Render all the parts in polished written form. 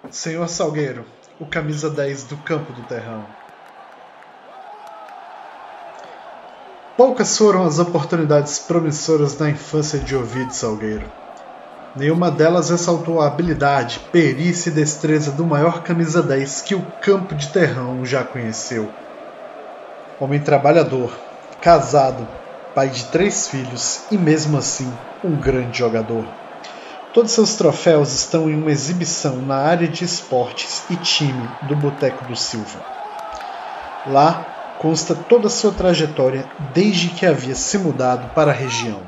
Senhor Salgueiro, o camisa 10 do campo do terrão. Poucas foram as oportunidades promissoras na infância de Ovidio Salgueiro. Nenhuma delas ressaltou a habilidade, perícia e destreza do maior camisa 10 que o campo de terrão já conheceu. Homem trabalhador, casado, pai de 3 filhos e mesmo assim um grande jogador. Todos seus troféus estão em uma exibição na área de esportes e time do Boteco do Silva. Lá consta toda a sua trajetória desde que havia se mudado para a região.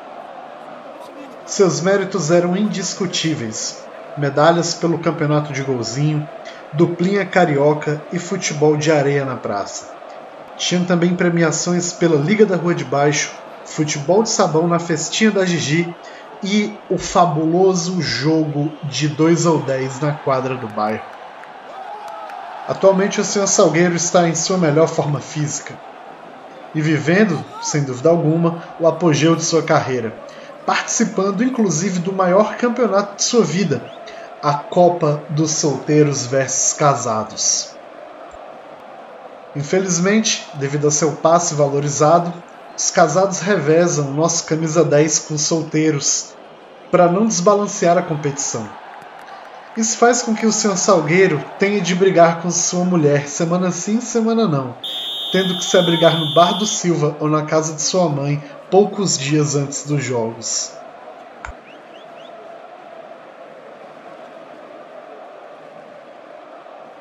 Seus méritos eram indiscutíveis: medalhas pelo campeonato de golzinho, duplinha carioca e futebol de areia na praça. Tinha também premiações pela Liga da Rua de Baixo, futebol de sabão na festinha da Gigi e o fabuloso jogo de 2 ou 10 na quadra do bairro. Atualmente o Sr. Salgueiro está em sua melhor forma física e vivendo, sem dúvida alguma, o apogeu de sua carreira, participando inclusive do maior campeonato de sua vida, a Copa dos Solteiros versus Casados. Infelizmente, devido a seu passe valorizado, os casados revezam o nosso camisa 10 com os solteiros para não desbalancear a competição. Isso faz com que o Sr. Salgueiro tenha de brigar com sua mulher semana sim, semana não, tendo que se abrigar no Bar do Silva ou na casa de sua mãe poucos dias antes dos jogos.